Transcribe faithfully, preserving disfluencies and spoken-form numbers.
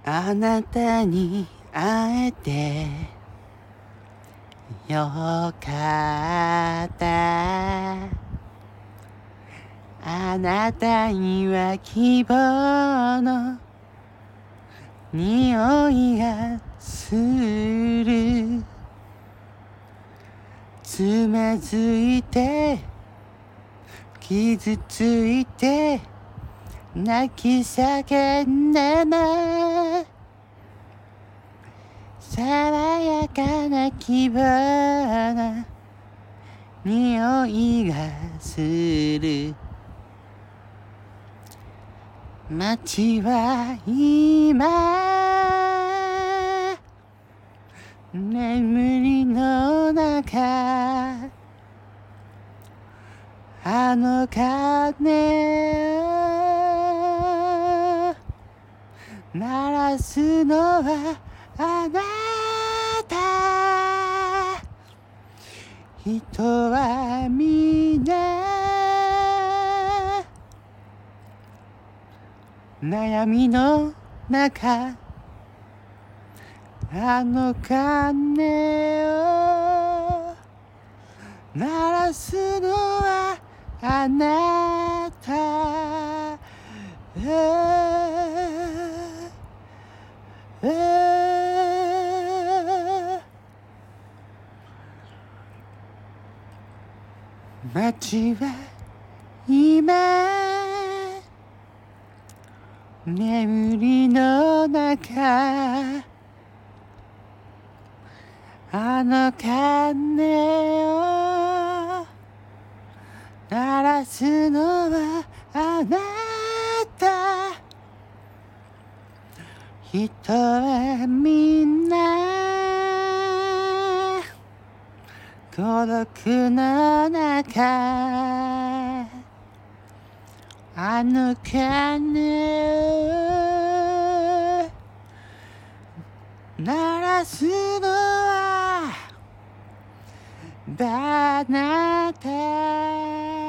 あなたに会えてよかった。あなたには希望の匂いがする。つまずいて傷ついて泣き叫んでも爽やかな希望の匂いがする。街は今眠りの中、あの鐘を鳴らすのはあなた。人はみんな悩みの中、あの鐘を鳴らすのはあなた。街は今眠りの中、あの鐘を鳴らすのはあなた。人はみんな孤独の中、あの鐘を鳴らすのはあなた。